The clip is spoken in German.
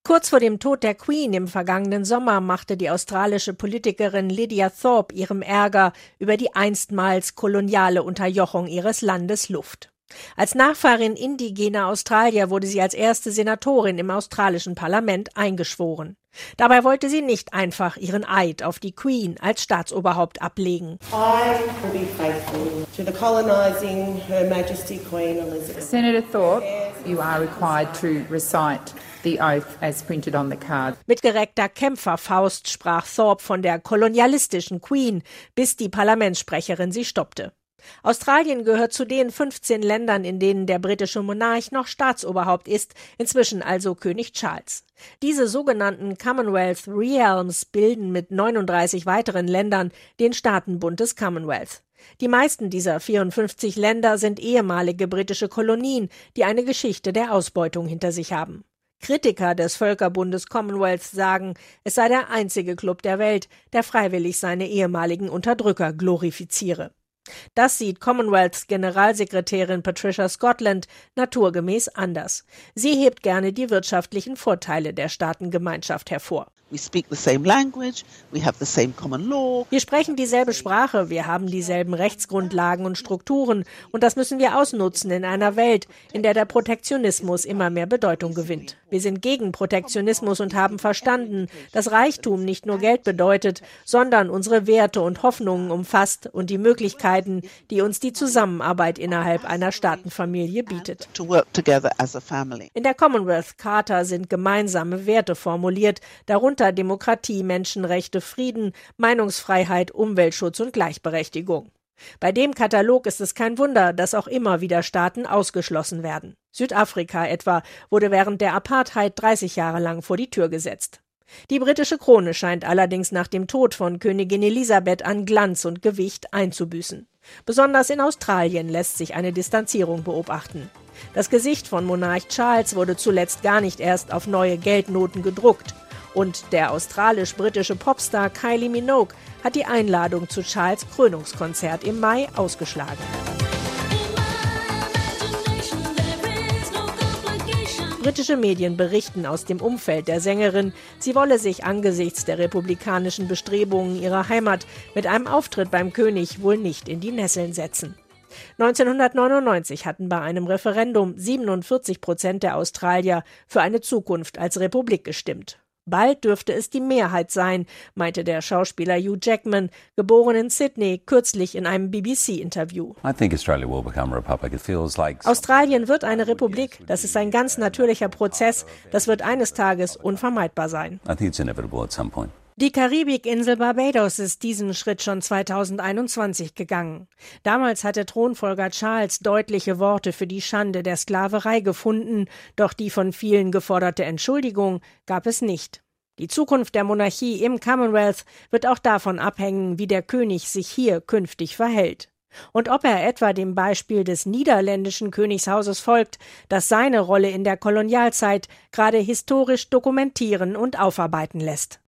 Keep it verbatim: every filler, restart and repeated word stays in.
Kurz vor dem Tod der Queen im vergangenen Sommer machte die australische Politikerin Lydia Thorpe ihrem Ärger über die einstmals koloniale Unterjochung ihres Landes Luft. Als Nachfahrin indigener Australier wurde sie als erste Senatorin im australischen Parlament eingeschworen. Dabei wollte sie nicht einfach ihren Eid auf die Queen als Staatsoberhaupt ablegen. I will be faithful to the colonising Her Majesty Queen Elizabeth. Senator Thorpe, you are required to recite the oath as printed on the card. Mit gereckter Kämpferfaust sprach Thorpe von der kolonialistischen Queen, bis die Parlamentssprecherin sie stoppte. Australien gehört zu den fünfzehn Ländern, in denen der britische Monarch noch Staatsoberhaupt ist, inzwischen also König Charles. Diese sogenannten Commonwealth Realms bilden mit neununddreißig weiteren Ländern den Staatenbund des Commonwealth. Die meisten dieser vierundfünfzig Länder sind ehemalige britische Kolonien, die eine Geschichte der Ausbeutung hinter sich haben. Kritiker des Völkerbundes Commonwealth sagen, es sei der einzige Club der Welt, der freiwillig seine ehemaligen Unterdrücker glorifiziere. Das sieht Commonwealth-Generalsekretärin Patricia Scotland naturgemäß anders. Sie hebt gerne die wirtschaftlichen Vorteile der Staatengemeinschaft hervor. We speak the same language, we have the same common law. Wir sprechen dieselbe Sprache, wir haben dieselben Rechtsgrundlagen und Strukturen und das müssen wir ausnutzen in einer Welt, in der der Protektionismus immer mehr Bedeutung gewinnt. Wir sind gegen Protektionismus und haben verstanden, dass Reichtum nicht nur Geld bedeutet, sondern unsere Werte und Hoffnungen umfasst und die Möglichkeiten, die uns die Zusammenarbeit innerhalb einer Staatenfamilie bietet. To work together as a family. In der Commonwealth Charta sind gemeinsame Werte formuliert, darunter Demokratie, Menschenrechte, Frieden, Meinungsfreiheit, Umweltschutz und Gleichberechtigung. Bei dem Katalog ist es kein Wunder, dass auch immer wieder Staaten ausgeschlossen werden. Südafrika etwa wurde während der Apartheid dreißig Jahre lang vor die Tür gesetzt. Die britische Krone scheint allerdings nach dem Tod von Königin Elisabeth an Glanz und Gewicht einzubüßen. Besonders in Australien lässt sich eine Distanzierung beobachten. Das Gesicht von Monarch Charles wurde zuletzt gar nicht erst auf neue Geldnoten gedruckt. Und der australisch-britische Popstar Kylie Minogue hat die Einladung zu Charles' Krönungskonzert im Mai ausgeschlagen. Britische Medien berichten aus dem Umfeld der Sängerin, sie wolle sich angesichts der republikanischen Bestrebungen ihrer Heimat mit einem Auftritt beim König wohl nicht in die Nesseln setzen. neunzehnhundertneunundneunzig hatten bei einem Referendum siebenundvierzig Prozent der Australier für eine Zukunft als Republik gestimmt. Bald dürfte es die Mehrheit sein, meinte der Schauspieler Hugh Jackman, geboren in Sydney, kürzlich in einem B B C-Interview. Australien wird eine Republik. Das ist ein ganz natürlicher Prozess. Das wird eines Tages unvermeidbar sein. Die Karibikinsel Barbados ist diesen Schritt schon zweitausendeinundzwanzig gegangen. Damals hatte Thronfolger Charles deutliche Worte für die Schande der Sklaverei gefunden, doch die von vielen geforderte Entschuldigung gab es nicht. Die Zukunft der Monarchie im Commonwealth wird auch davon abhängen, wie der König sich hier künftig verhält. Und ob er etwa dem Beispiel des niederländischen Königshauses folgt, das seine Rolle in der Kolonialzeit gerade historisch dokumentieren und aufarbeiten lässt.